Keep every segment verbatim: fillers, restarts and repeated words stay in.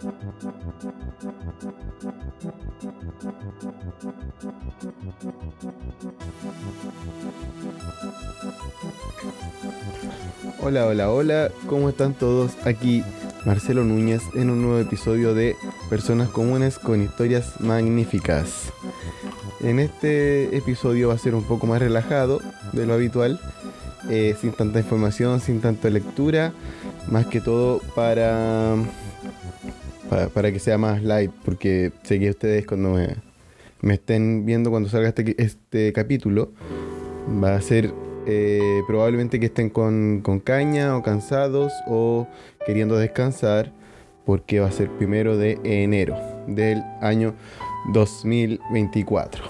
Hola, hola, hola, ¿cómo están todos? Aquí Marcelo Núñez en un nuevo episodio de Personas Comunes con Historias Magníficas. En este episodio va a ser un poco más relajado de lo habitual, eh, sin tanta información, sin tanta lectura, más que todo para, para, para que sea más light, porque sé que ustedes cuando me, me estén viendo cuando salga este, este capítulo, va a ser eh, probablemente que estén con, con caña o cansados o queriendo descansar, porque va a ser primero de enero del año dos mil veinticuatro.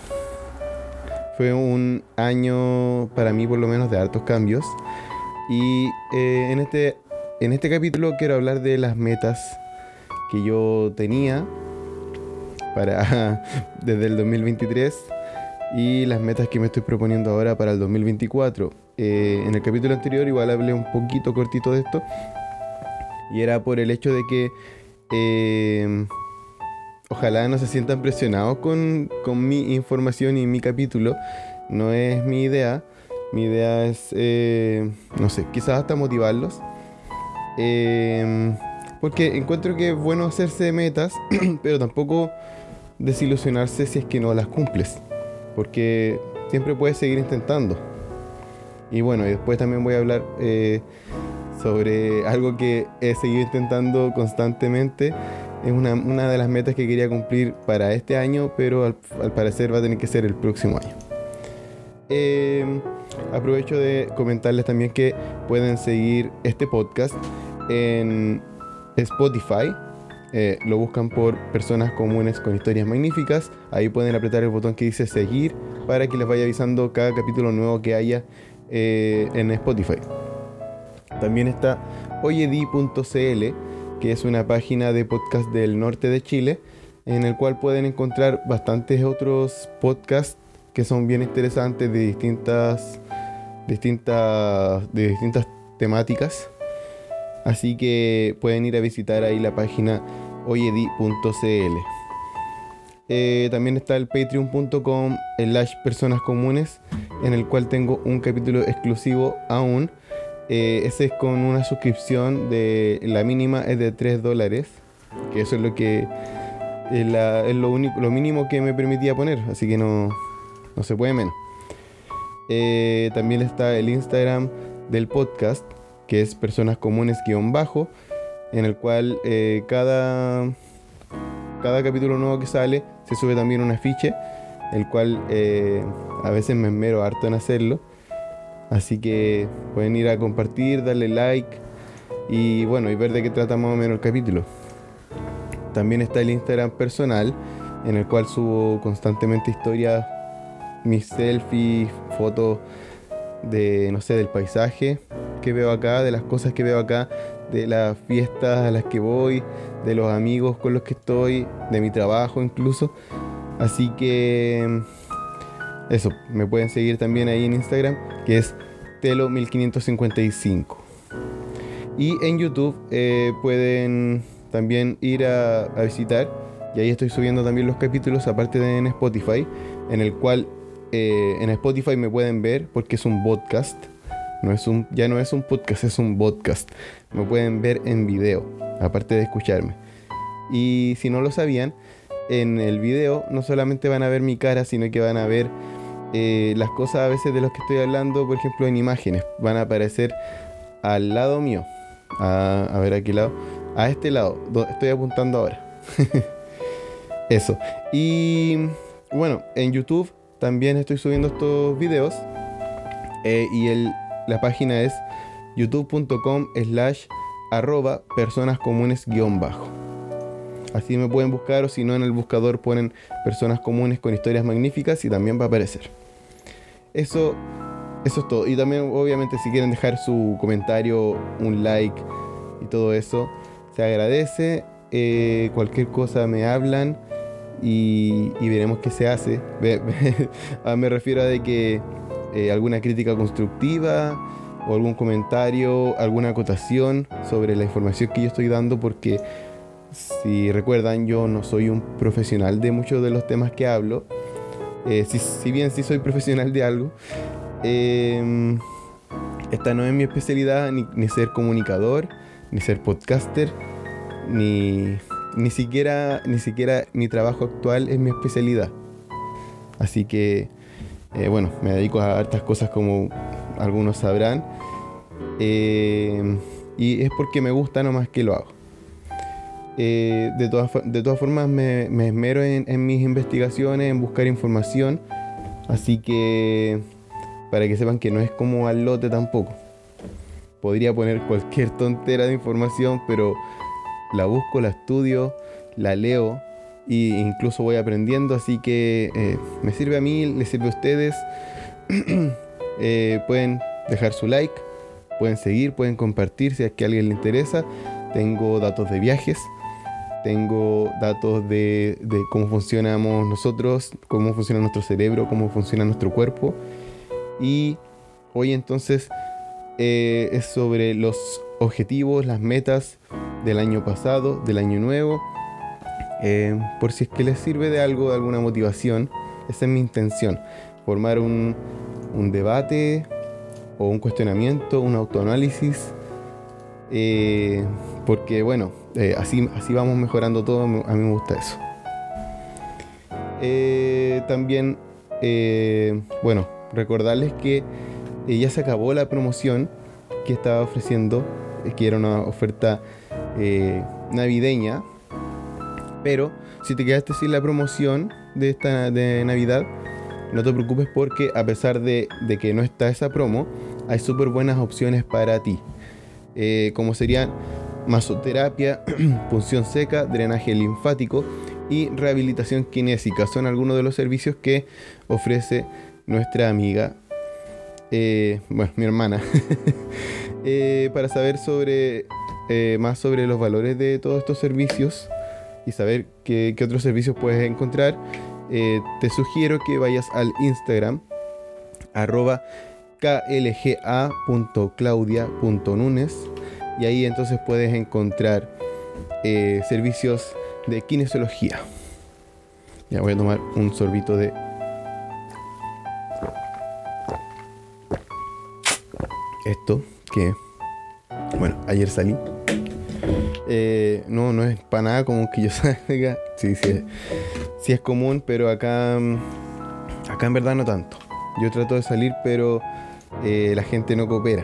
Fue un año para mí por lo menos de hartos cambios y eh, en, este, en este capítulo quiero hablar de las metas que yo tenía para desde el dos mil veintitrés y las metas que me estoy proponiendo ahora para el dos mil veinticuatro. Eh, en el capítulo anterior igual hablé un poquito cortito de esto y era por el hecho de que eh, ojalá no se sientan presionados con, con mi información y mi capítulo. No es mi idea. Mi idea es, eh, no sé, quizás hasta motivarlos. Eh, porque encuentro que es bueno hacerse metas, pero tampoco desilusionarse si es que no las cumples. Porque siempre puedes seguir intentando. Y bueno, y después también voy a hablar eh, sobre algo que he seguido intentando constantemente. Es una, una de las metas que quería cumplir para este año, pero al, al parecer va a tener que ser el próximo año. Eh, aprovecho de comentarles también que pueden seguir este podcast en Spotify. Eh, lo buscan por Personas Comunes con Historias Magníficas. Ahí pueden apretar el botón que dice seguir para que les vaya avisando cada capítulo nuevo que haya eh, en Spotify. También está oyedi punto cl, que es una página de podcast del norte de Chile, en el cual pueden encontrar bastantes otros podcasts que son bien interesantes de distintas, distintas, de distintas temáticas. Así que pueden ir a visitar ahí la página oyedi punto cl. Eh, también está el patreon punto com slash personas comunes, en el cual tengo un capítulo exclusivo aún. Eh, ese es con una suscripción de la mínima es de tres dólares, que eso es lo que es, la, es lo único, lo mínimo que me permitía poner, así que no, no se puede menos. Eh, también está el Instagram del podcast, que es personas comunes guión bajo, en el cual eh, cada, cada capítulo nuevo que sale se sube también un afiche, el cual eh, a veces me esmero harto en hacerlo. Así que pueden ir a compartir, darle like y bueno, y ver de qué trata más o menos el capítulo. También está el Instagram personal, en el cual subo constantemente historias, mis selfies, fotos de, no sé, del paisaje que veo acá, de las cosas que veo acá, de las fiestas a las que voy, de los amigos con los que estoy, de mi trabajo incluso. Así que eso, me pueden seguir también ahí en Instagram, que es Telo mil quinientos cincuenta y cinco. Y en YouTube eh, pueden también ir a, a visitar, y ahí estoy subiendo también los capítulos, aparte de en Spotify, en el cual eh, en Spotify me pueden ver porque es un podcast. No es un, ya no es un podcast, es un podcast. Me pueden ver en video, aparte de escucharme. Y si no lo sabían, en el video no solamente van a ver mi cara, sino que van a ver eh, las cosas a veces de las que estoy hablando, por ejemplo en imágenes. Van a aparecer al lado mío. A, a ver a qué lado. A este lado, donde estoy apuntando ahora. Eso. Y bueno, en YouTube también estoy subiendo estos videos. Eh, y el, la página es youtube punto com slash arroba personas comunes guión bajo. Así me pueden buscar, o si no en el buscador ponen Personas Comunes con Historias Magníficas y también va a aparecer. Eso, eso es todo. Y también obviamente si quieren dejar su comentario, un like y todo eso, se agradece. Eh, cualquier cosa me hablan y, y veremos qué se hace. Me refiero a de que eh, alguna crítica constructiva o algún comentario, alguna acotación sobre la información que yo estoy dando, porque si recuerdan, yo no soy un profesional de muchos de los temas que hablo. Eh, si, si bien sí soy profesional de algo, eh, esta no es mi especialidad, ni, ni ser comunicador, ni ser podcaster, ni, ni siquiera, ni siquiera mi trabajo actual es mi especialidad. Así que, eh, bueno, me dedico a hartas cosas como algunos sabrán. Eh, y es porque me gusta nomás que lo hago. Eh, de, todas, de todas formas me, me esmero en, en mis investigaciones, en buscar información. Así que, para que sepan que no es como al lote tampoco. Podría poner cualquier tontera de información, pero la busco, la estudio, la leo e incluso voy aprendiendo. Así que eh, me sirve a mí, les sirve a ustedes. eh, pueden dejar su like, pueden seguir, pueden compartir si es que a alguien le interesa. Tengo datos de viajes, tengo datos de, de cómo funcionamos nosotros, cómo funciona nuestro cerebro, cómo funciona nuestro cuerpo. Y hoy entonces eh, es sobre los objetivos, las metas del año pasado, del año nuevo. Eh, por si es que les sirve de algo, de alguna motivación. Esa es mi intención, formar un, un debate o un cuestionamiento, un autoanálisis. Eh, porque bueno, eh, así, así vamos mejorando todo. A mí me gusta eso. Eh, también, eh, bueno, recordarles que eh, ya se acabó la promoción que estaba ofreciendo, eh, que era una oferta eh, navideña. Pero si te quedaste sin la promoción de esta de Navidad, no te preocupes, porque a pesar de, de que no está esa promo, hay súper buenas opciones para ti. Eh, como serían masoterapia, punción seca, drenaje linfático y rehabilitación kinésica. Son algunos de los servicios que ofrece nuestra amiga, eh, bueno, mi hermana. eh, para saber sobre eh, más sobre los valores de todos estos servicios y saber qué, qué otros servicios puedes encontrar, eh, te sugiero que vayas al Instagram arroba klga punto claudia punto nunes, y ahí entonces puedes encontrar eh, servicios de kinesiología. Ya voy a tomar un sorbito de esto, que bueno, ayer salí. Eh, no, no es para nada como que yo salga. Sí, sí, sí es común, pero acá, acá en verdad no tanto. Yo trato de salir, pero eh, la gente no coopera.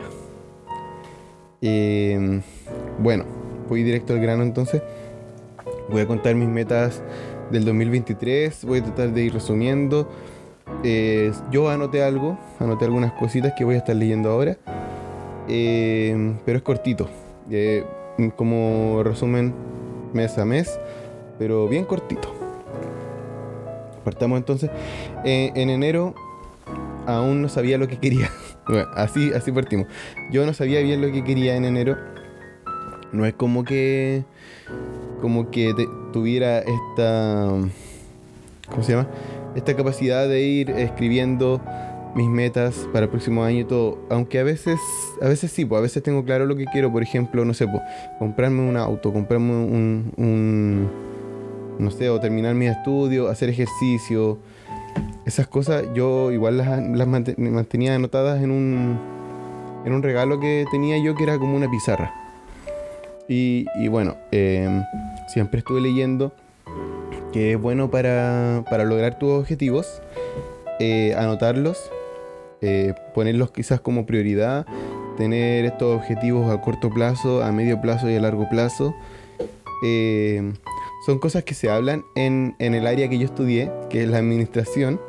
Eh, bueno, voy directo al grano entonces. Voy a contar mis metas del dos mil veintitrés. Voy a tratar de ir resumiendo. Eh, yo anoté algo, anoté algunas cositas que voy a estar leyendo ahora. Eh, pero es cortito. Eh, como resumen mes a mes, pero bien cortito. Partamos entonces. Eh, en enero aún no sabía lo que quería. Bueno, así, así partimos. Yo no sabía bien lo que quería en enero. No es como que como que te, tuviera esta, ¿cómo se llama? Esta capacidad de ir escribiendo mis metas para el próximo año y todo. Aunque a veces, a veces sí, pues a veces tengo claro lo que quiero. Por ejemplo, no sé, pues, comprarme un auto, comprarme un, un no sé, o terminar mis estudios, hacer ejercicio. Esas cosas yo igual las, las mantenía anotadas en un, en un regalo que tenía yo, que era como una pizarra. Y, y bueno, eh, siempre estuve leyendo que es bueno para, para lograr tus objetivos, eh, anotarlos, eh, ponerlos quizás como prioridad, tener estos objetivos a corto plazo, a medio plazo y a largo plazo. Eh, son cosas que se hablan en, en el área que yo estudié, que es la administración.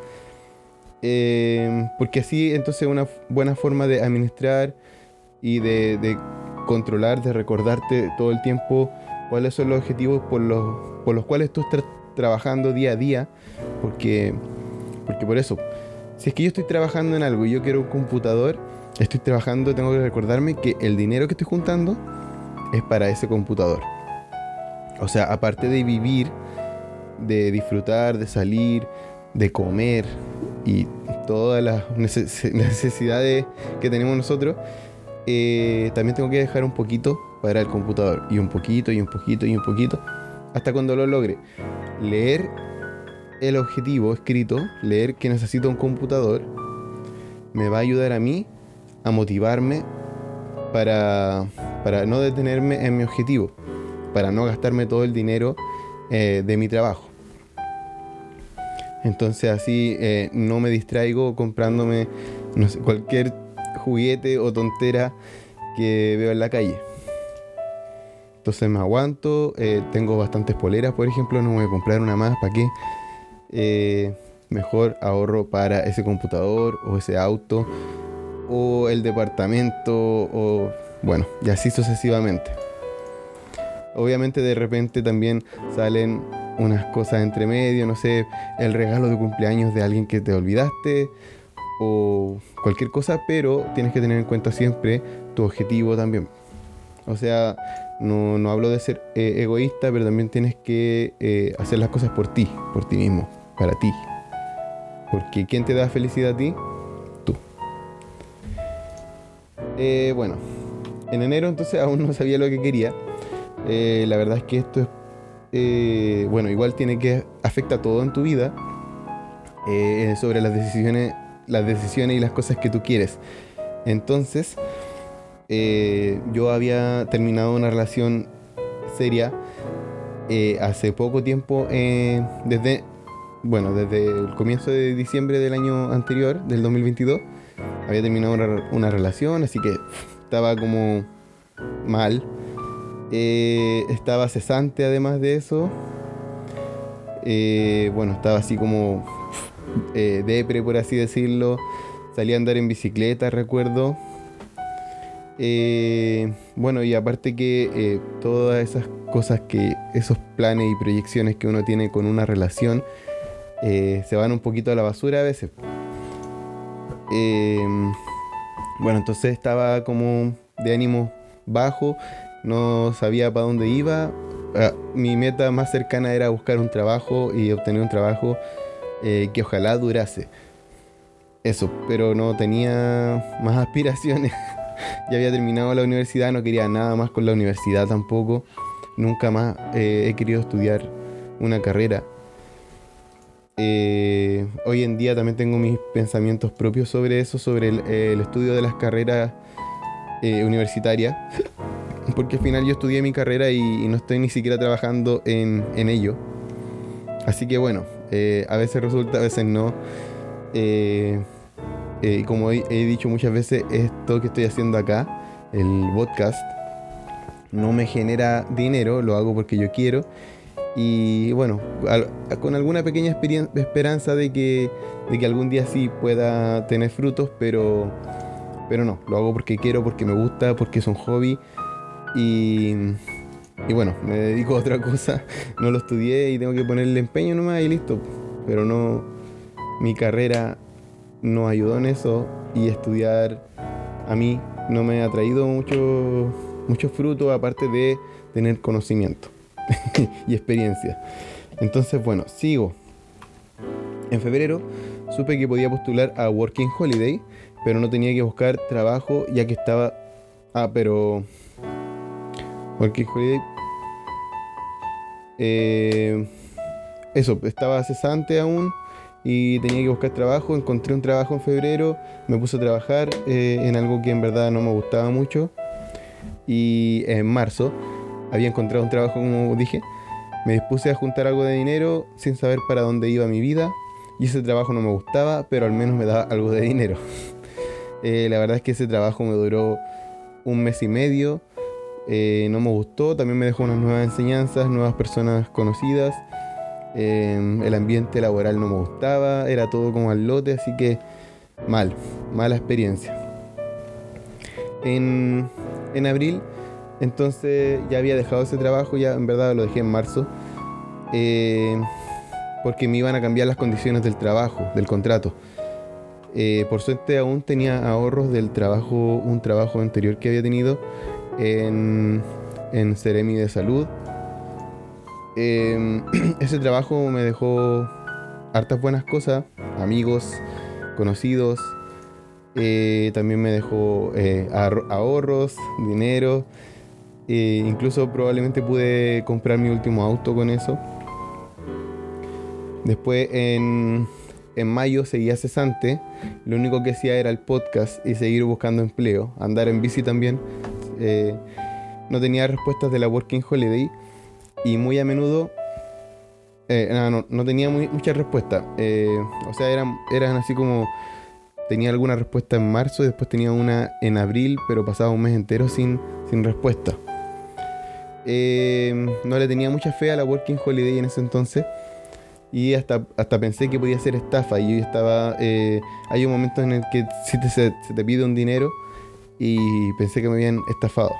Eh, porque así entonces es una buena forma de administrar y de, de controlar, de recordarte todo el tiempo cuáles son los objetivos por los, por los cuales tú estás trabajando día a día. Porque, porque por eso, si es que yo estoy trabajando en algo y yo quiero un computador, estoy trabajando, tengo que recordarme que el dinero que estoy juntando es para ese computador. O sea, aparte de vivir, de disfrutar, de salir, de comer y todas las neces- necesidades que tenemos nosotros, eh, también tengo que dejar un poquito para el computador, y un poquito, y un poquito, y un poquito. hasta cuando lo logre. Leer el objetivo escrito, leer que necesito un computador, me va a ayudar a mí a motivarme para, para no detenerme en mi objetivo, para no gastarme todo el dinero eh, de mi trabajo. Entonces así eh, no me distraigo comprándome no sé, cualquier juguete o tontera que veo en la calle. Entonces me aguanto, eh, tengo bastantes poleras, por ejemplo, no voy a comprar una más, ¿para qué? Eh, mejor ahorro para ese computador o ese auto o el departamento o bueno, y así sucesivamente. Obviamente de repente también salen unas cosas entre medio, no sé, el regalo de cumpleaños de alguien que te olvidaste o cualquier cosa, pero tienes que tener en cuenta siempre tu objetivo también. O sea, no, no hablo de ser eh, egoísta, pero también tienes que eh, hacer las cosas por ti, por ti mismo, para ti. Porque ¿quién te da felicidad a ti? Tú. Eh, bueno, en enero entonces aún no sabía lo que quería. Eh, la verdad es que esto es, eh, bueno, igual tiene que afecta todo en tu vida eh, sobre las decisiones, las decisiones y las cosas que tú quieres. Entonces, eh, yo había terminado una relación seria eh, hace poco tiempo, eh, desde, bueno, desde el comienzo de diciembre del año anterior, del dos mil veintidós, había terminado una, una relación, así que estaba como mal. Eh, estaba cesante además de eso. Eh, bueno, estaba así como eh, depre, por así decirlo. Salí a andar en bicicleta, recuerdo. Eh, bueno, y aparte que eh, todas esas cosas que, esos planes y proyecciones que uno tiene con una relación eh, se van un poquito a la basura a veces. Eh, bueno, entonces estaba como de ánimo bajo. No sabía para dónde iba. Uh, mi meta más cercana era buscar un trabajo y obtener un trabajo eh, que ojalá durase. Eso, pero no tenía más aspiraciones. Ya había terminado la universidad, no quería nada más con la universidad tampoco. Nunca más eh, he querido estudiar una carrera. Eh, hoy en día también tengo mis pensamientos propios sobre eso, sobre el, el estudio de las carreras eh, universitarias. Porque al final yo estudié mi carrera y, y no estoy ni siquiera trabajando en, en ello. Así que bueno, eh, a veces resulta, a veces no. Eh, eh, como he, he dicho muchas veces, esto que estoy haciendo acá, el podcast, no me genera dinero, lo hago porque yo quiero. Y bueno, al, con alguna pequeña esperanza de que, de que algún día sí pueda tener frutos, pero, pero no, lo hago porque quiero, porque me gusta, porque es un hobby. Y, y bueno, me dedico a otra cosa. No lo estudié y tengo que ponerle empeño nomás y listo. Pero no, mi carrera no ayudó en eso y estudiar a mí no me ha traído mucho, mucho fruto aparte de tener conocimiento y experiencia. Entonces, bueno, sigo. En febrero supe que podía postular a Working Holiday, pero no tenía que buscar trabajo ya que estaba... Ah, pero... Working Holiday. Eh, eso, estaba cesante aún y tenía que buscar trabajo. Encontré un trabajo en febrero, me puse a trabajar eh, en algo que en verdad no me gustaba mucho. Y en marzo había encontrado un trabajo, como dije. Me dispuse a juntar algo de dinero sin saber para dónde iba mi vida. Y ese trabajo no me gustaba, pero al menos me daba algo de dinero. eh, la verdad es que ese trabajo me duró un mes y medio. Eh, no me gustó, también me dejó unas nuevas enseñanzas, nuevas personas conocidas. Eh, el ambiente laboral no me gustaba, era todo como al lote, así que mal, mala experiencia. En, en abril, entonces ya había dejado ese trabajo, ya en verdad lo dejé en marzo, eh, porque me iban a cambiar las condiciones del trabajo, del contrato. Eh, por suerte aún tenía ahorros del trabajo, un trabajo anterior que había tenido en, en Seremi de Salud. Eh, ese trabajo me dejó hartas buenas cosas, amigos, conocidos. Eh, también me dejó eh, ahorros, dinero. Eh, incluso probablemente pude comprar mi último auto con eso. Después en, en mayo seguía cesante. Lo único que hacía era el podcast y seguir buscando empleo. Andar en bici también. Eh, no tenía respuestas de la Working Holiday. Y muy a menudo... Eh, no, no, no tenía muy, muchas respuestas. Eh, o sea, eran, eran así como... Tenía alguna respuesta en marzo y después tenía una en abril, pero pasaba un mes entero sin, sin respuesta. Eh, no le tenía mucha fe a la Working Holiday en ese entonces. Y hasta, hasta pensé que podía ser estafa. Y yo estaba... Eh, hay un momento en el que si te, se, se te pide un dinero y pensé que me habían estafado.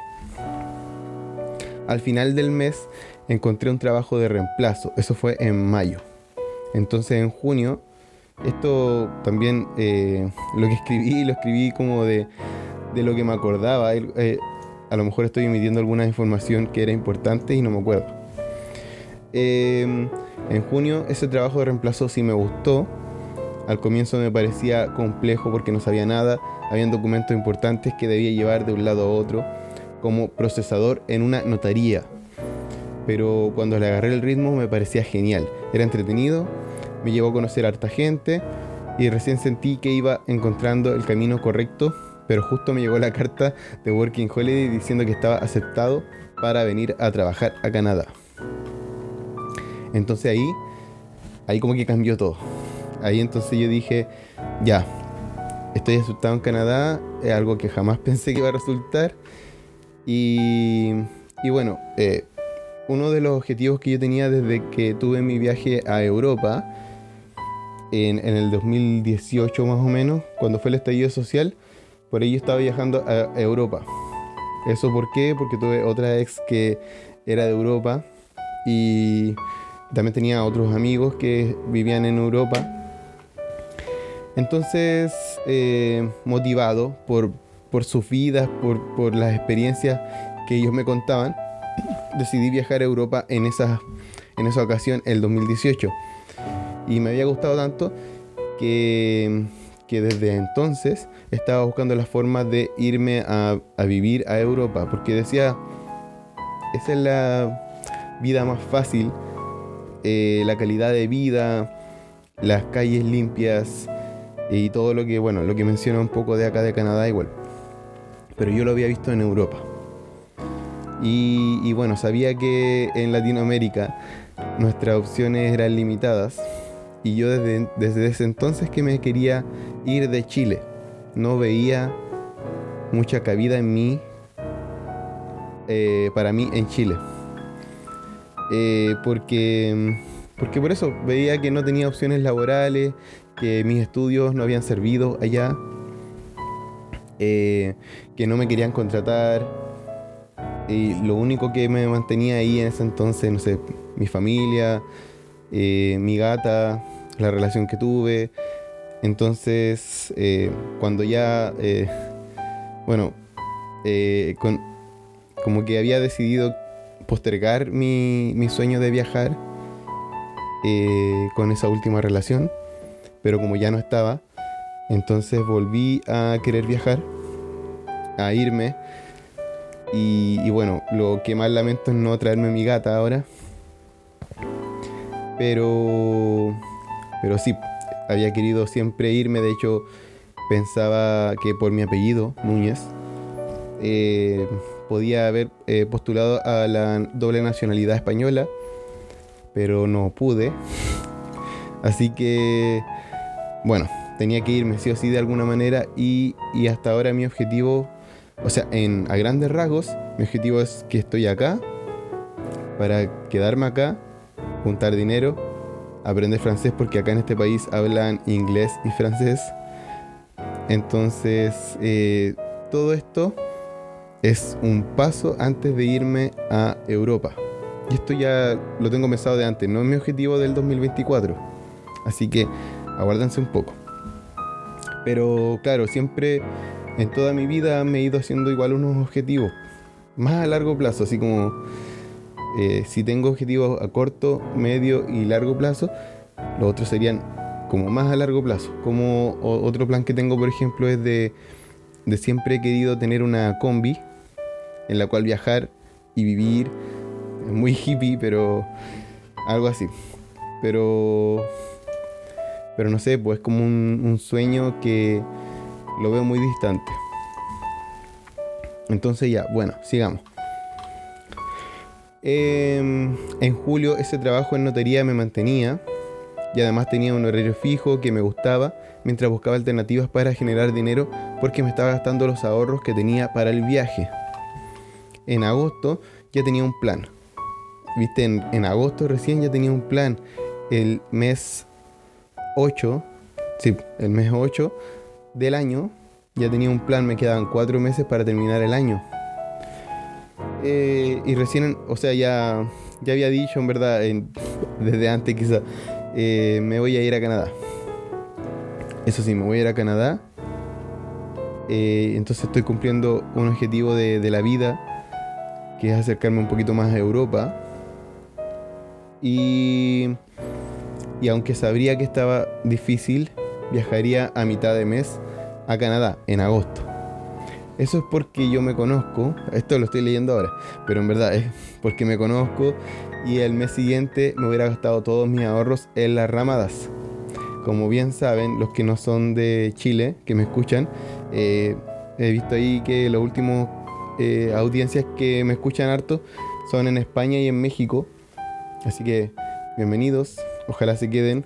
Al final del mes encontré un trabajo de reemplazo. Eso fue en mayo. Entonces en junio... Esto también eh, lo que escribí, lo escribí como de, de lo que me acordaba. Eh, a lo mejor estoy omitiendo alguna información que era importante y no me acuerdo. Eh, en junio ese trabajo de reemplazo sí me gustó. Al comienzo me parecía complejo porque no sabía nada. Habían documentos importantes que debía llevar de un lado a otro como procesador en una notaría. Pero cuando le agarré el ritmo me parecía genial. Era entretenido. Me llevó a conocer a harta gente y recién sentí que iba encontrando el camino correcto, pero justo me llegó la carta de Working Holiday diciendo que estaba aceptado para venir a trabajar a Canadá. Entonces ahí, ahí como que cambió todo. Ahí entonces yo dije, ya, estoy aceptado en Canadá, es algo que jamás pensé que iba a resultar. Y, y bueno, eh, uno de los objetivos que yo tenía desde que tuve mi viaje a Europa, En, en el dos mil dieciocho más o menos, cuando fue el estallido social, por ello estaba viajando a, a Europa. ¿Eso por qué? Porque tuve otra ex que era de Europa y también tenía otros amigos que vivían en Europa. Entonces, eh, motivado por, por sus vidas, por, por las experiencias que ellos me contaban, decidí viajar a Europa en esa, en esa ocasión, el dos mil dieciocho. Y me había gustado tanto que, que desde entonces estaba buscando la forma de irme a, a vivir a Europa. Porque decía, esa es la vida más fácil, eh, la calidad de vida, las calles limpias y todo lo que, bueno, lo que menciona un poco de acá de Canadá igual. Pero yo lo había visto en Europa. Y, y bueno, sabía que en Latinoamérica nuestras opciones eran limitadas. Y yo desde, desde ese entonces que me quería ir de Chile. No veía mucha cabida en mí, eh, para mí en Chile. Eh, porque, porque por eso veía que no tenía opciones laborales, que mis estudios no habían servido allá, eh, que no me querían contratar. Y lo único que me mantenía ahí en ese entonces, no sé, mi familia, eh, mi gata, la relación que tuve. Entonces, eh, cuando ya, eh, bueno, eh, con, como que había decidido postergar mi, mi sueño de viajar eh, con esa última relación, pero como ya no estaba, entonces volví a querer viajar, a irme. Y, y bueno, lo que más lamento es no traerme mi gata ahora. Pero, pero sí, había querido siempre irme. De hecho, pensaba que por mi apellido, Núñez, eh, podía haber eh, postulado a la doble nacionalidad española, pero no pude. Así que, bueno, tenía que irme sí o sí de alguna manera. Y, y hasta ahora mi objetivo, o sea, en, a grandes rasgos, mi objetivo es que estoy acá, para quedarme acá, juntar dinero, aprender francés, porque acá en este país hablan inglés y francés. Entonces, eh, todo esto es un paso antes de irme a Europa. Y esto ya lo tengo pensado de antes, no es mi objetivo del dos mil veinticuatro. Así que aguárdense un poco. Pero claro, siempre en toda mi vida me he ido haciendo igual unos objetivos más a largo plazo, así como eh, si tengo objetivos a corto, medio y largo plazo, los otros serían como más a largo plazo. Como o, otro plan que tengo, por ejemplo, es de, de siempre he querido tener una combi en la cual viajar y vivir. Es muy hippie, pero algo así. Pero, pero no sé, pues es como un, un sueño que lo veo muy distante. Entonces ya, bueno, sigamos. Eh, en julio ese trabajo en notaría me mantenía y además tenía un horario fijo que me gustaba mientras buscaba alternativas para generar dinero porque me estaba gastando los ahorros que tenía para el viaje. En agosto ya tenía un plan. Viste, en, en agosto recién ya tenía un plan. El mes ocho, sí, el mes ocho del año ya tenía un plan. Me quedaban cuatro meses para terminar el año. Eh, y recién, o sea, ya, ya había dicho, en verdad, en, desde antes quizá, eh, me voy a ir a Canadá. Eso sí, me voy a ir a Canadá. Eh, entonces estoy cumpliendo un objetivo de, de la vida, que es acercarme un poquito más a Europa. Y, y aunque sabría que estaba difícil, viajaría a mitad de mes a Canadá, en agosto. Eso es porque yo me conozco, esto lo estoy leyendo ahora, pero en verdad es porque me conozco y el mes siguiente me hubiera gastado todos mis ahorros en las ramadas. Como bien saben, los que no son de Chile, que me escuchan, eh, he visto ahí que las últimas eh, audiencias que me escuchan harto son en España y en México. Así que, bienvenidos, ojalá se queden.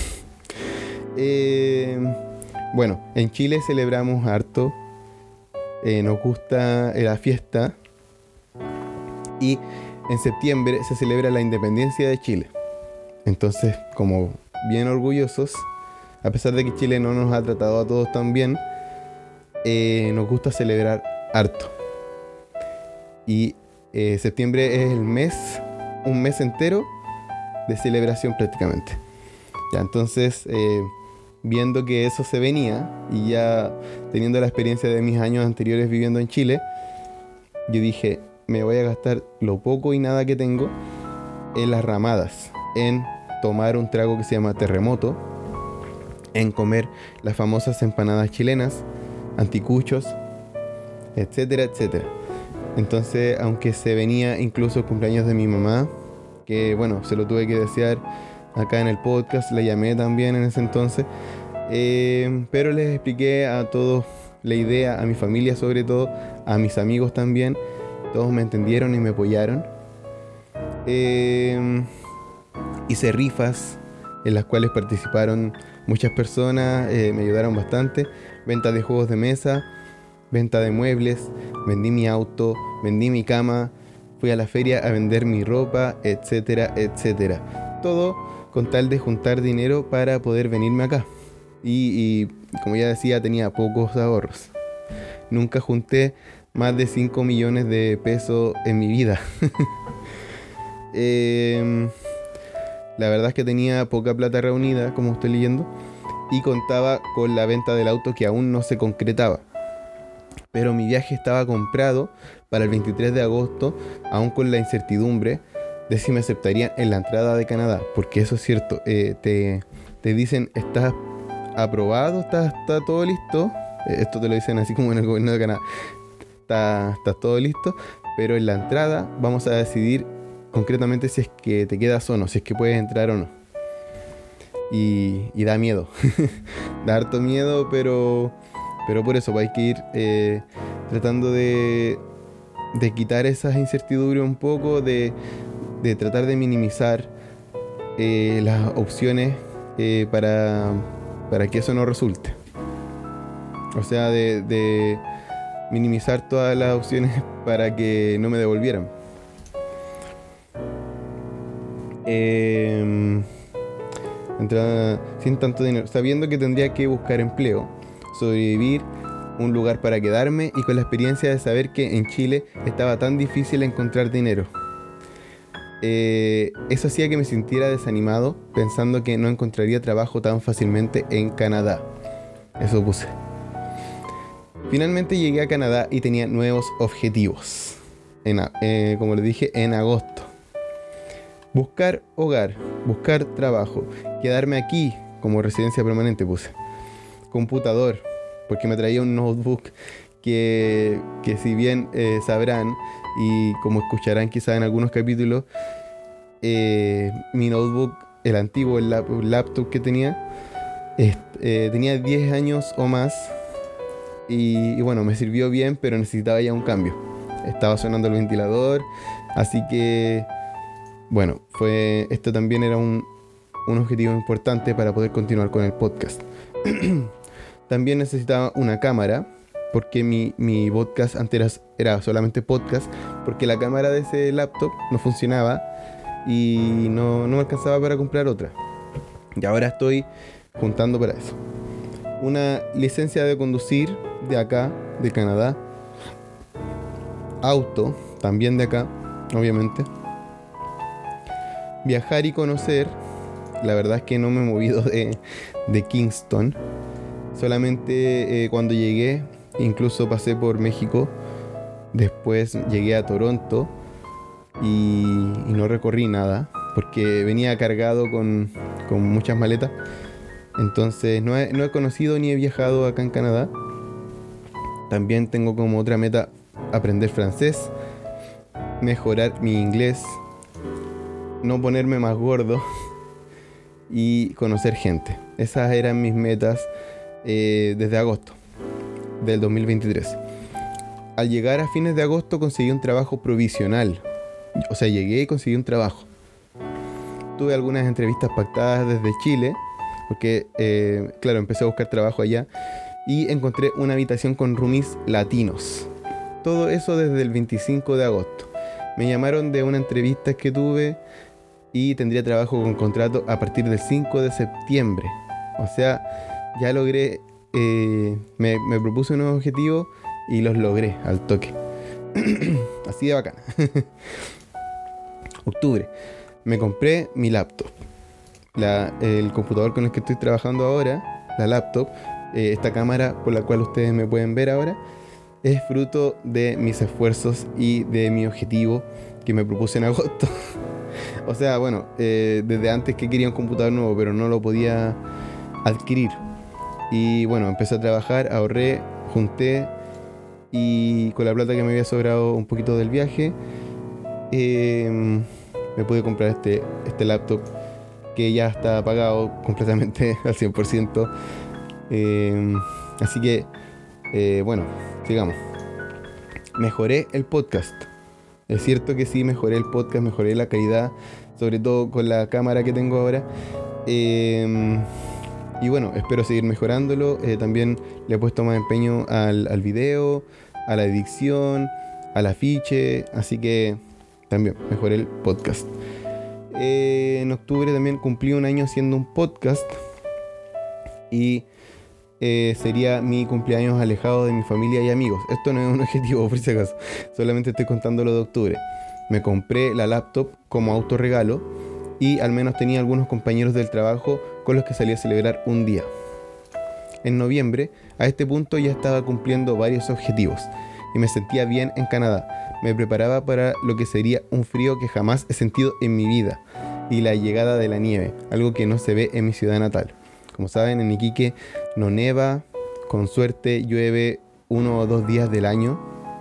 eh, bueno, en Chile celebramos harto. Eh, nos gusta la fiesta y en septiembre se celebra la independencia de Chile. Entonces, como bien orgullosos, a pesar de que Chile no nos ha tratado a todos tan bien, eh, nos gusta celebrar harto. Y eh, septiembre es el mes, un mes entero de celebración prácticamente. Ya, entonces... Eh, viendo que eso se venía y ya teniendo la experiencia de mis años anteriores viviendo en Chile, yo dije, me voy a gastar lo poco y nada que tengo en las ramadas, en tomar un trago que se llama terremoto, en comer las famosas empanadas chilenas, anticuchos, etcétera, etcétera. Entonces, aunque se venía incluso el cumpleaños de mi mamá, que bueno, se lo tuve que desear acá en el podcast, la llamé también en ese entonces, eh, pero les expliqué a todos la idea, a mi familia sobre todo, a mis amigos también, todos me entendieron y me apoyaron. Eh, hice rifas en las cuales participaron muchas personas, eh, me ayudaron bastante, venta de juegos de mesa, venta de muebles, vendí mi auto, vendí mi cama, fui a la feria a vender mi ropa, etcétera, etcétera. Todo con tal de juntar dinero para poder venirme acá. Y, y como ya decía, tenía pocos ahorros. Nunca junté más de cinco millones de pesos en mi vida. eh, la verdad es que tenía poca plata reunida, como estoy leyendo, y contaba con la venta del auto que aún no se concretaba. Pero mi viaje estaba comprado para el veintitrés de agosto, aún con la incertidumbre de si me aceptarían en la entrada de Canadá, porque eso es cierto, eh, te, te dicen, estás aprobado, está, está todo listo, eh, esto te lo dicen así como en el gobierno de Canadá, está, está todo listo, pero en la entrada vamos a decidir concretamente si es que te quedas o no, si es que puedes entrar o no. Y, y da miedo, da harto miedo, pero, pero por eso hay que ir eh, tratando de, de quitar esas incertidumbres un poco, de de tratar de minimizar eh, las opciones eh, para, para que eso no resulte. O sea, de, de minimizar todas las opciones para que no me devolvieran. Eh, entrada sin tanto dinero, sabiendo que tendría que buscar empleo, sobrevivir, un lugar para quedarme y con la experiencia de saber que en Chile estaba tan difícil encontrar dinero. Eh, eso hacía que me sintiera desanimado, pensando que no encontraría trabajo tan fácilmente en Canadá. Eso puse. Finalmente llegué a Canadá y tenía nuevos objetivos. En, eh, como les dije, en agosto. Buscar hogar, buscar trabajo, quedarme aquí como residencia permanente puse. Computador, porque me traía un notebook que, que si bien eh, sabrán, y como escucharán quizás en algunos capítulos, eh, mi notebook, el antiguo, el lap- laptop que tenía, est- eh, tenía diez años o más y, y bueno, me sirvió bien, pero necesitaba ya un cambio. Estaba sonando el ventilador, así que bueno, fue esto también era un, un objetivo importante para poder continuar con el podcast. También necesitaba una cámara, porque mi, mi podcast antes era, era solamente podcast, porque la cámara de ese laptop no funcionaba y no, no me alcanzaba para comprar otra. Y ahora estoy juntando para eso. Una licencia de conducir de acá, de Canadá. Auto, también de acá, obviamente. Viajar y conocer. La verdad es que no me he movido de, de Kingston. Solamente eh, cuando llegué, incluso pasé por México. Después llegué a Toronto y, y no recorrí nada porque venía cargado con, con muchas maletas. Entonces no he, no he conocido ni he viajado acá en Canadá. También tengo como otra meta aprender francés, mejorar mi inglés, no ponerme más gordo y conocer gente. Esas eran mis metas eh, desde agosto del dos mil veintitrés. Al llegar a fines de agosto conseguí un trabajo provisional. O sea, llegué y conseguí un trabajo. Tuve algunas entrevistas pactadas desde Chile, porque, eh, claro, empecé a buscar trabajo allá y encontré una habitación con roomies latinos. Todo eso desde el veinticinco de agosto. Me llamaron de una entrevista que tuve y tendría trabajo con contrato a partir del cinco de septiembre. O sea, ya logré, eh, me, me propuse unos objetivos y los logré al toque. Así de bacana. Octubre. Me compré mi laptop. La, el computador con el que estoy trabajando ahora, la laptop, eh, esta cámara por la cual ustedes me pueden ver ahora, es fruto de mis esfuerzos y de mi objetivo que me propuse en agosto. O sea, bueno, eh, desde antes que quería un computador nuevo, pero no lo podía adquirir. Y bueno, empecé a trabajar, ahorré, junté y con la plata que me había sobrado un poquito del viaje, eh, me pude comprar este, este laptop que ya está pagado completamente al cien por ciento. Eh, así que, eh, bueno, sigamos. Mejoré el podcast. Es cierto que sí, mejoré el podcast, mejoré la calidad, sobre todo con la cámara que tengo ahora. Eh, y bueno, espero seguir mejorándolo. Eh, también le he puesto más empeño al, al video, a la edición, al afiche. Así que también mejoré el podcast. Eh, en octubre también cumplí un año haciendo un podcast. Y eh, sería mi cumpleaños alejado de mi familia y amigos. Esto no es un objetivo, por si acaso. Solamente estoy contando lo de octubre. Me compré la laptop como autorregalo y al menos tenía algunos compañeros del trabajo con los que salí a celebrar un día. En noviembre, a este punto ya estaba cumpliendo varios objetivos y me sentía bien en Canadá. Me preparaba para lo que sería un frío que jamás he sentido en mi vida y la llegada de la nieve, algo que no se ve en mi ciudad natal. Como saben, en Iquique no neva, con suerte llueve uno o dos días del año.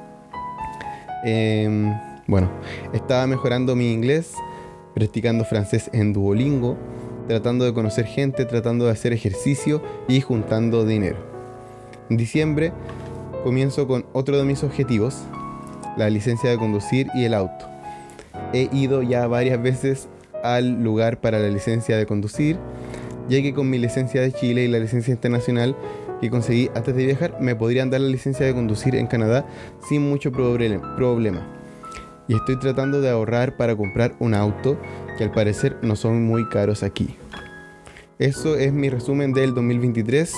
Eh, bueno, estaba mejorando mi inglés, practicando francés en Duolingo, tratando de conocer gente, tratando de hacer ejercicio y juntando dinero. En diciembre comienzo con otro de mis objetivos, la licencia de conducir y el auto. He ido ya varias veces al lugar para la licencia de conducir, ya que con mi licencia de Chile y la licencia internacional que conseguí antes de viajar, me podrían dar la licencia de conducir en Canadá sin mucho problema. Y estoy tratando de ahorrar para comprar un auto que al parecer no son muy caros aquí. Eso es mi resumen del dos mil veintitrés.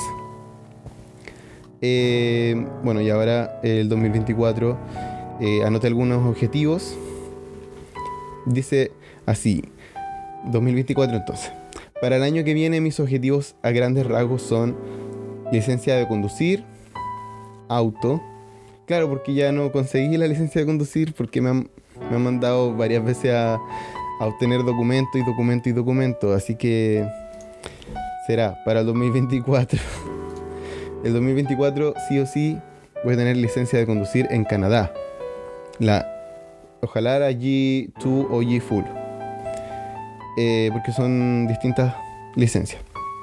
Eh, bueno, y ahora el dos mil veinticuatro, eh, anoté algunos objetivos. Dice así, dos mil veinticuatro entonces. Para el año que viene mis objetivos a grandes rasgos son licencia de conducir, auto. Claro, porque ya no conseguí la licencia de conducir porque me han, me han mandado varias veces a, a obtener documento y documento y documento. Así que será para el dos mil veinticuatro. El dos mil veinticuatro sí o sí voy a tener licencia de conducir en Canadá. La ojalá la G dos o G Full, eh, porque son distintas licencias.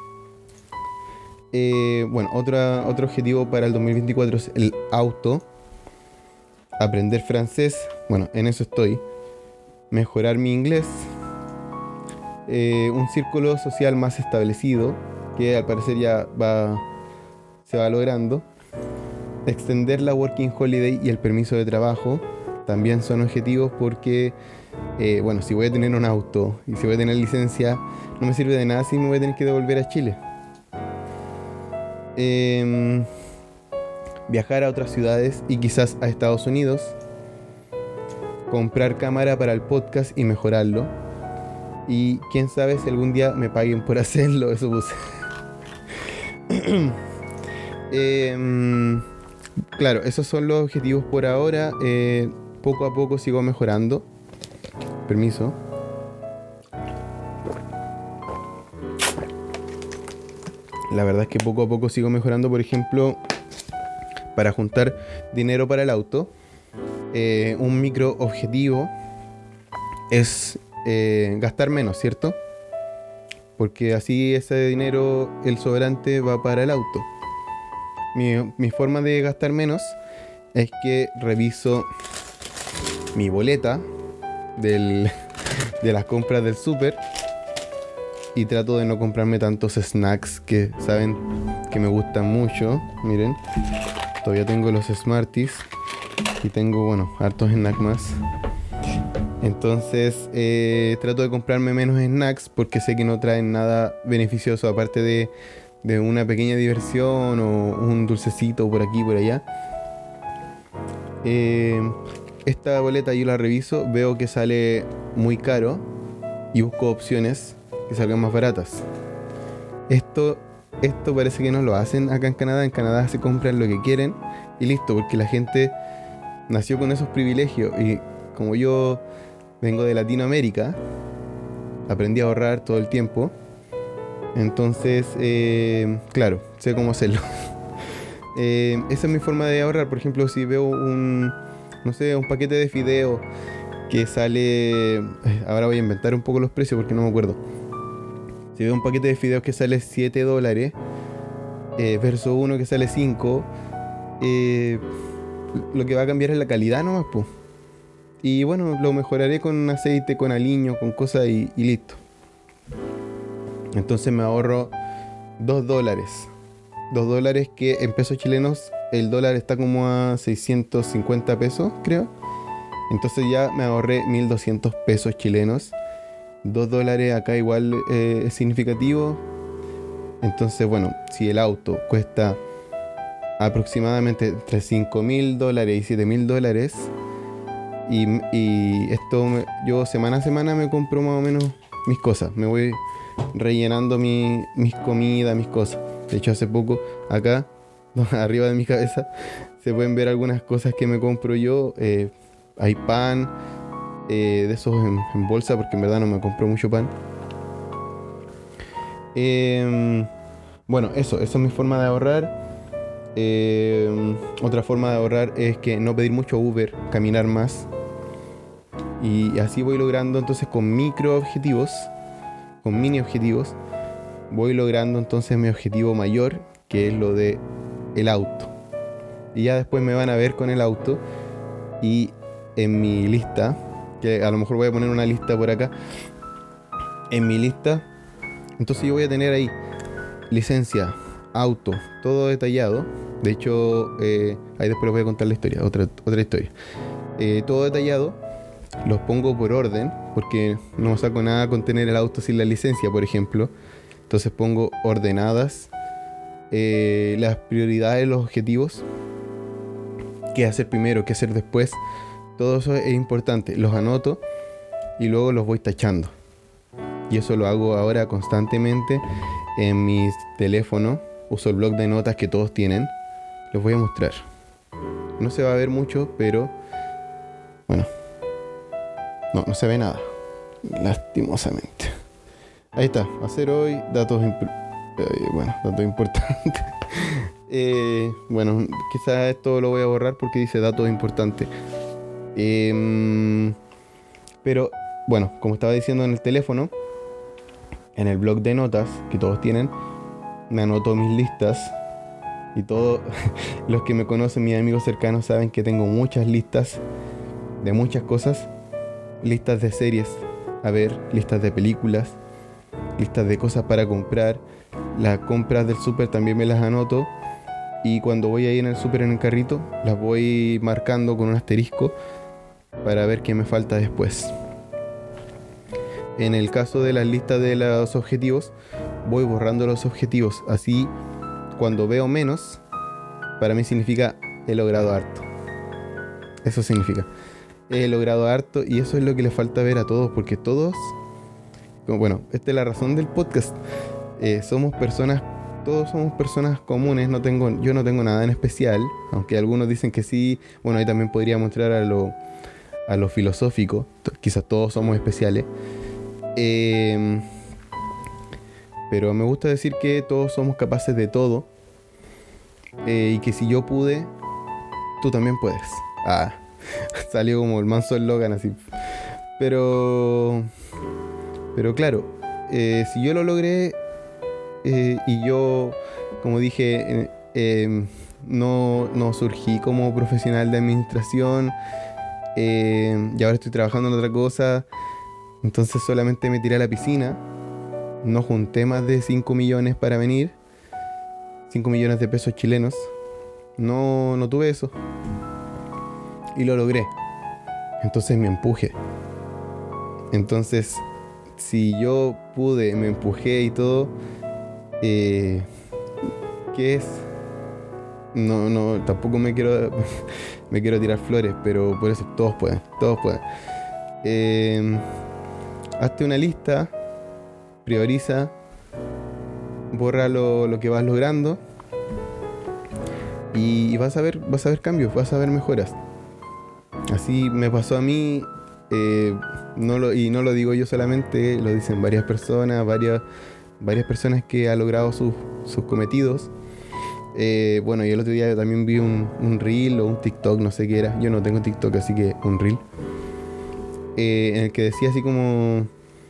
Eh, bueno, otra, otro objetivo para el dos mil veinticuatro es el auto. Aprender francés, bueno, en eso estoy. Mejorar mi inglés. Eh, un círculo social más establecido, que al parecer ya va, se va logrando. Extender la Working Holiday y el permiso de trabajo también son objetivos porque, eh, bueno, si voy a tener un auto y si voy a tener licencia, no me sirve de nada si me voy a tener que devolver a Chile. Eh, viajar a otras ciudades y quizás a Estados Unidos. Comprar cámara para el podcast y mejorarlo. Y quién sabe si algún día me paguen por hacerlo, eso puse. eh, claro, esos son los objetivos por ahora. Eh, poco a poco sigo mejorando. Permiso. La verdad es que poco a poco sigo mejorando. Por ejemplo, para juntar dinero para el auto, eh, un micro objetivo es eh, gastar menos, ¿cierto? Porque así ese dinero, el sobrante, va para el auto. Mi, mi forma de gastar menos es que reviso mi boleta del, de las compras del súper y trato de no comprarme tantos snacks que saben que me gustan mucho. Miren, todavía tengo los Smarties y tengo, bueno, hartos snacks más. Entonces eh, trato de comprarme menos snacks porque sé que no traen nada beneficioso aparte de, de una pequeña diversión o un dulcecito por aquí y por allá. Eh, esta boleta yo la reviso, veo que sale muy caro y busco opciones que salgan más baratas. Esto, esto parece que no lo hacen acá en Canadá. En Canadá se compran lo que quieren y listo, porque la gente nació con esos privilegios y como yo vengo de Latinoamérica, aprendí a ahorrar todo el tiempo. Entonces, eh, claro, sé cómo hacerlo. eh, esa es mi forma de ahorrar. Por ejemplo, si veo un, no sé, un paquete de fideo que sale... Ahora voy a inventar un poco los precios porque no me acuerdo. Si veo un paquete de fideos que sale siete dólares eh, versus uno que sale cinco, eh, lo que va a cambiar es la calidad nomás, pues. Y bueno, lo mejoraré con aceite, con aliño, con cosas y, y listo. Entonces me ahorro dos dólares. dos dólares que en pesos chilenos el dólar está como a seiscientos cincuenta pesos, creo. Entonces ya me ahorré mil doscientos pesos chilenos. dos dólares acá igual eh, es significativo. Entonces, bueno, si el auto cuesta aproximadamente entre cinco mil dólares y siete mil dólares, y, y esto me, yo semana a semana me compro más o menos mis cosas. Me voy rellenando mi, mis comidas, mis cosas. De hecho, hace poco acá, arriba de mi cabeza, se pueden ver algunas cosas que me compro yo. Eh, hay pan, eh, de esos en, en bolsa, porque en verdad no me compro mucho pan. Eh, bueno, eso, eso es mi forma de ahorrar. Eh, otra forma de ahorrar es que no pedir mucho Uber, caminar más. Y así voy logrando entonces con micro objetivos, con mini objetivos, voy logrando entonces mi objetivo mayor, que es lo de el auto. Y ya después me van a ver con el auto y en mi lista, que a lo mejor voy a poner una lista por acá, en mi lista, entonces yo voy a tener ahí licencia, auto, todo detallado. De hecho, eh, ahí después les voy a contar la historia, otra, otra historia. Eh, todo detallado, los pongo por orden, porque no saco nada con tener el auto sin la licencia, por ejemplo. Entonces pongo ordenadas eh, las prioridades, los objetivos, qué hacer primero, qué hacer después. Todo eso es importante, los anoto y luego los voy tachando. Y eso lo hago ahora constantemente en mi teléfono. Uso el bloc de notas que todos tienen. Les voy a mostrar. No se va a ver mucho, pero bueno, no, no se ve nada, lastimosamente. Ahí está, hacer hoy, datos imp- eh, bueno, datos importantes. eh, bueno, quizás esto lo voy a borrar porque dice datos importantes. Eh, pero, bueno, como estaba diciendo en el teléfono, en el blog de notas que todos tienen, me anoto mis listas. Y todos los que me conocen, mis amigos cercanos, saben que tengo muchas listas de muchas cosas. Listas de series a ver, listas de películas, listas de cosas para comprar. Las compras del súper también me las anoto. Y cuando voy ahí en el súper en el carrito, las voy marcando con un asterisco para ver qué me falta después. En el caso de las listas de los objetivos, voy borrando los objetivos. Así, cuando veo menos, para mí significa he logrado harto. Eso significa. He logrado harto y eso es lo que le falta ver a todos, porque todos, bueno, esta es la razón del podcast. Eh, somos personas, todos somos personas comunes. No tengo, yo no tengo nada en especial, aunque algunos dicen que sí. Bueno, ahí también podría mostrar a lo, a lo filosófico. Quizás todos somos especiales. Eh, pero me gusta decir que todos somos capaces de todo. Eh, y que si yo pude, tú también puedes. Ah, salió como el manso eslogan así. Pero, pero claro, eh, si yo lo logré eh, y yo, como dije, eh, eh, no, no surgí como profesional de administración eh, y ahora estoy trabajando en otra cosa, entonces solamente me tiré a la piscina, no junté más de cinco millones para venir, cinco millones de pesos chilenos, no, no tuve eso. Y lo logré. Entonces me empujé. Entonces, si yo pude, me empujé y todo, eh, ¿qué es? No, no, tampoco me quiero me quiero tirar flores, pero por eso todos pueden, todos pueden. Eh, hazte una lista, prioriza, borra lo, lo que vas logrando y, y vas a ver, vas a ver cambios, vas a ver mejoras. Así me pasó a mí, eh, no lo, y no lo digo yo solamente, lo dicen varias personas, varias, varias personas que han logrado sus, sus cometidos. Eh, bueno, y el otro día también vi un, un reel o un TikTok, no sé qué era. Yo no tengo TikTok, así que un reel. Eh, en el que decía así como...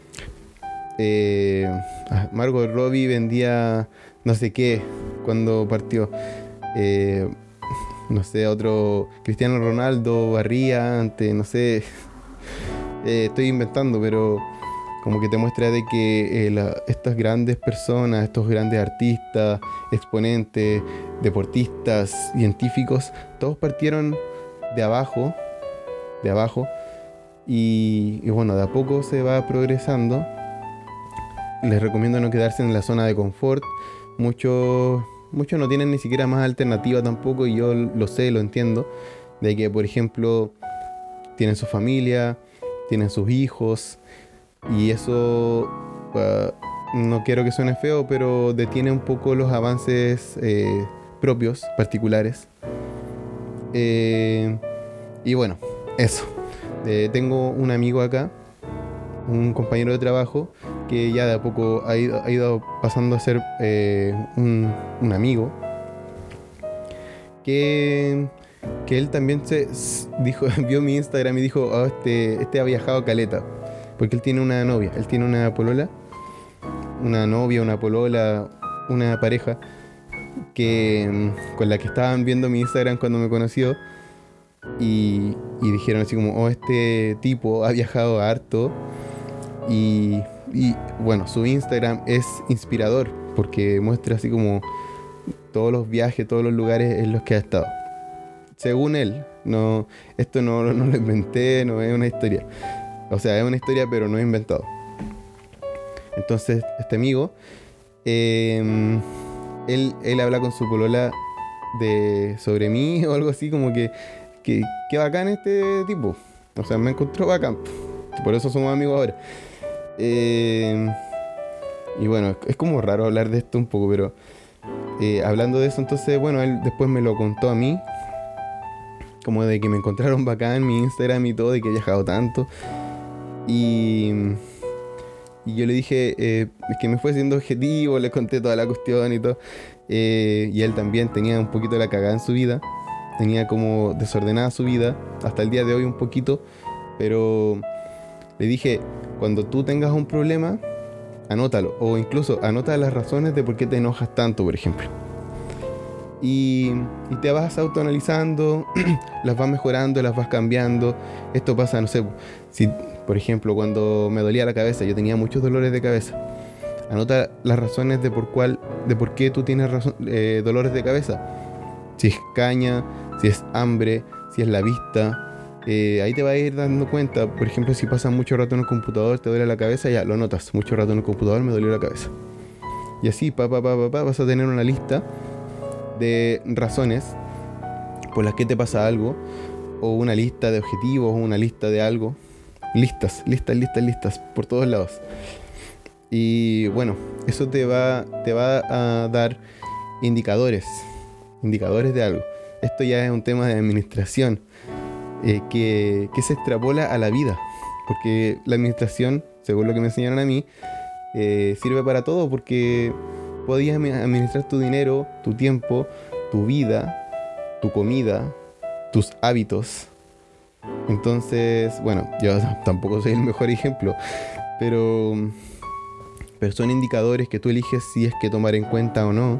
Eh, Margot Robbie vendía no sé qué cuando partió. Eh, no sé, otro Cristiano Ronaldo barría antes, no sé. Eh, estoy inventando, pero como que te muestra de que eh, la, estas grandes personas, estos grandes artistas, exponentes, deportistas, científicos, todos partieron de abajo, de abajo, y, y bueno, de a poco se va progresando. Les recomiendo no quedarse en la zona de confort. Muchos muchos no tienen ni siquiera más alternativa tampoco, y yo lo sé, lo entiendo, de que por ejemplo tienen su familia, tienen sus hijos, y eso uh, no quiero que suene feo, pero detiene un poco los avances eh, propios, particulares. Eh, y bueno, eso. Eh, tengo un amigo acá, un compañero de trabajo, que ya de a poco ha ido, ha ido pasando a ser eh, un, un amigo, que, que él también se dijo, vio mi Instagram y dijo, oh, este, este ha viajado a caleta, porque él tiene una novia, él tiene una polola, una novia, una polola, una pareja, que con la que estaban viendo mi Instagram cuando me conoció, y, y dijeron así como, oh, este tipo ha viajado harto. Y, y bueno, su Instagram es inspirador porque muestra así como todos los viajes, todos los lugares en los que ha estado. Según él, no, esto no, no lo inventé, no es una historia. O sea, es una historia, pero no es inventado. Entonces, este amigo, eh, él, él habla con su polola de, sobre mí o algo así, como que, que, que bacán este tipo. O sea, me encontró bacán. Por eso somos amigos ahora. Eh, y bueno, es como raro hablar de esto un poco, pero eh, hablando de eso, entonces, bueno, él después me lo contó a mí, como de que me encontraron bacán en mi Instagram y todo, de que he viajado tanto. Y, y yo le dije eh, es que me fue siendo objetivo, le conté toda la cuestión y todo. Eh, y él también tenía un poquito la cagada en su vida, tenía como desordenada su vida, hasta el día de hoy un poquito, pero le dije, cuando tú tengas un problema, anótalo, o incluso anota las razones de por qué te enojas tanto, por ejemplo. Y, y te vas autoanalizando, las vas mejorando, las vas cambiando. Esto pasa, no sé, si por ejemplo cuando me dolía la cabeza, yo tenía muchos dolores de cabeza. Anota las razones de por cuál, de por qué tú tienes razón, eh, dolores de cabeza. Si es caña, si es hambre, si es la vista. Eh, ahí te vas a ir dando cuenta. Por ejemplo, si pasas mucho rato en el computador, te duele la cabeza, ya lo notas. Mucho rato en el computador me dolió la cabeza. Y así, pa, pa, pa, pa, pa, vas a tener una lista de razones por las que te pasa algo, o una lista de objetivos, o una lista de algo. Listas, listas, listas, listas, por todos lados. Y bueno, eso te va, te va a dar indicadores, indicadores de algo. Esto ya es un tema de administración eh, que, que se extrapola a la vida, porque la administración, según lo que me enseñaron a mí, eh, sirve para todo, porque podías administrar tu dinero, tu tiempo, tu vida, tu comida, tus hábitos. Entonces, bueno, yo tampoco soy el mejor ejemplo, pero, pero son indicadores que tú eliges si es que tomar en cuenta o no.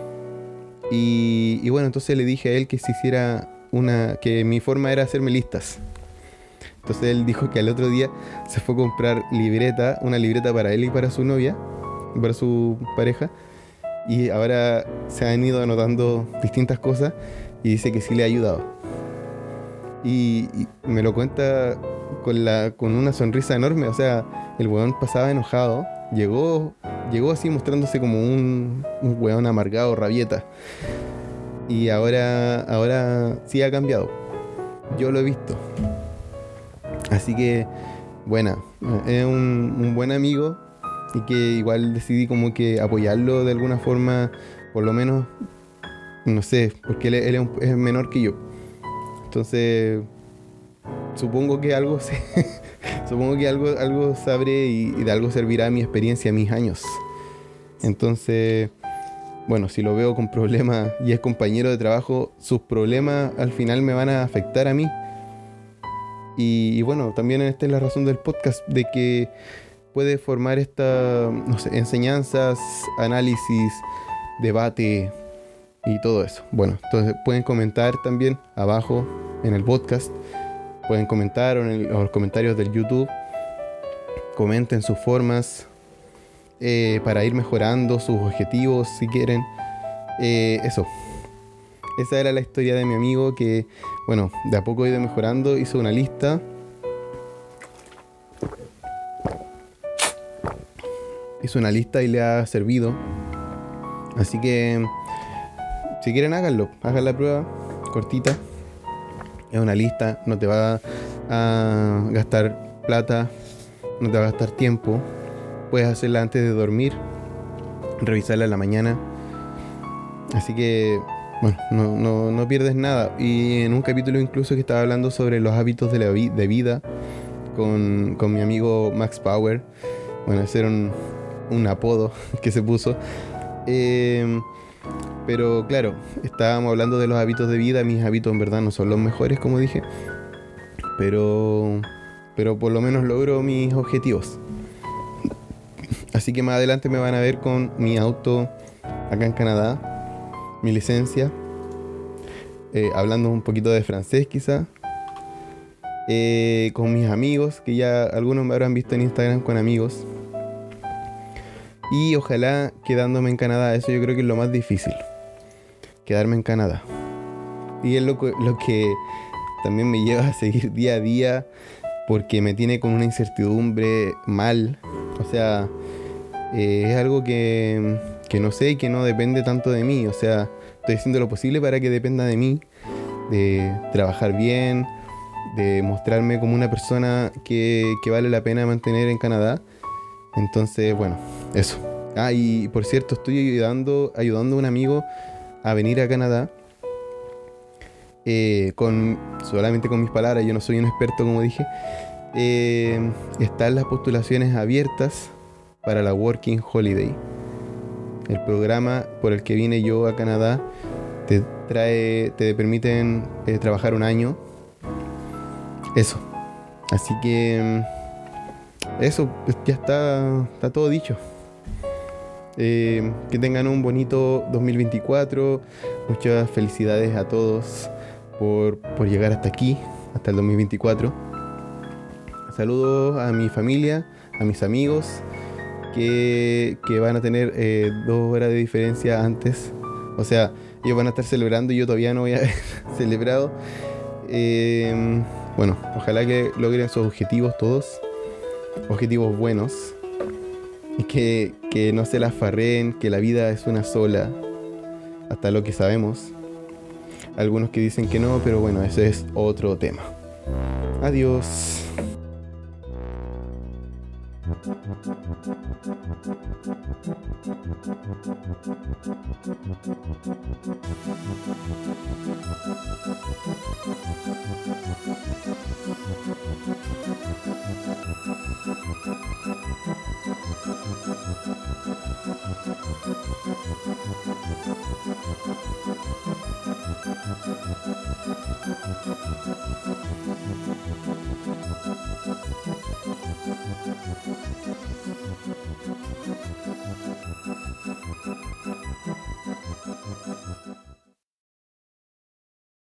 Y, y bueno, entonces le dije a él que se hiciera una, que mi forma era hacerme listas. Entonces él dijo que al otro día se fue a comprar libreta, una libreta para él y para su novia, para su pareja. Y ahora se han ido anotando distintas cosas y dice que sí le ha ayudado. Y, y me lo cuenta con, la, con una sonrisa enorme. O sea, el weón pasaba enojado. Llegó, llegó así mostrándose como un, un weón amargado, rabieta. Y ahora, ahora sí ha cambiado. Yo lo he visto. Así que, buena, es un, un buen amigo. Y que igual decidí como que apoyarlo de alguna forma, por lo menos, no sé, porque él, él es, un, es menor que yo. Entonces, supongo que algo sé, supongo que algo, algo sabré y, y de algo servirá mi experiencia, mis años. Entonces, bueno, si lo veo con problemas y es compañero de trabajo, sus problemas al final me van a afectar a mí. Y, y bueno, también esta es la razón del podcast, de que puede formar esta, no sé, enseñanzas, análisis, debate y todo eso. Bueno, entonces pueden comentar también abajo en el podcast, pueden comentar en, el, en los comentarios del YouTube, comenten sus formas eh, para ir mejorando sus objetivos si quieren. Eh, eso. Esa era la historia de mi amigo que, bueno, de a poco ha ido mejorando, hizo una lista. Hizo una lista y le ha servido. Así que, si quieren, háganlo. Hagan la prueba, cortita. Es una lista, no te va a gastar plata, no te va a gastar tiempo. Puedes hacerla antes de dormir, revisarla en la mañana. Así que, bueno, no, no, no pierdes nada. Y en un capítulo incluso que estaba hablando sobre los hábitos de la vi- de vida con, con mi amigo Max Power. Bueno, ese era un... un apodo que se puso, eh, pero claro, estábamos hablando de los hábitos de vida. Mis hábitos en verdad no son los mejores, como dije, pero pero por lo menos logro mis objetivos. Así que más adelante me van a ver con mi auto acá en Canadá, mi licencia, eh, hablando un poquito de francés quizá, eh, con mis amigos, que ya algunos me habrán visto en Instagram con amigos. Y ojalá quedándome en Canadá. Eso yo creo que es lo más difícil, quedarme en Canadá. Y es lo que, lo que también me lleva a seguir día a día, porque me tiene con una incertidumbre mal. O sea, eh, es algo que, que no sé y que no depende tanto de mí. O sea, estoy haciendo lo posible para que dependa de mí, de trabajar bien, de mostrarme como una persona que, que vale la pena mantener en Canadá. Entonces, bueno, eso. Ah, y por cierto, estoy ayudando, ayudando a un amigo a venir a Canadá, eh, con, solamente con mis palabras. Yo no soy un experto, como dije. Eh, están las postulaciones abiertas para la Working Holiday, el programa por el que vine yo a Canadá. Te, trae, te permiten eh, trabajar un año. Eso. Así que mm, eso, pues, ya está, está todo dicho. Eh, que tengan un bonito dos mil veinticuatro. Muchas felicidades a todos por, por llegar hasta aquí, hasta el dos mil veinticuatro. Saludos a mi familia, a mis amigos, que, que van a tener eh, dos horas de diferencia antes. O sea, ellos van a estar celebrando y yo todavía no voy a haber celebrado. Eh, bueno, ojalá que logren sus objetivos todos. Objetivos buenos. Y que, que no se las farreen, que la vida es una sola, hasta lo que sabemos. Algunos que dicen que no, pero bueno, ese es otro tema. Adiós.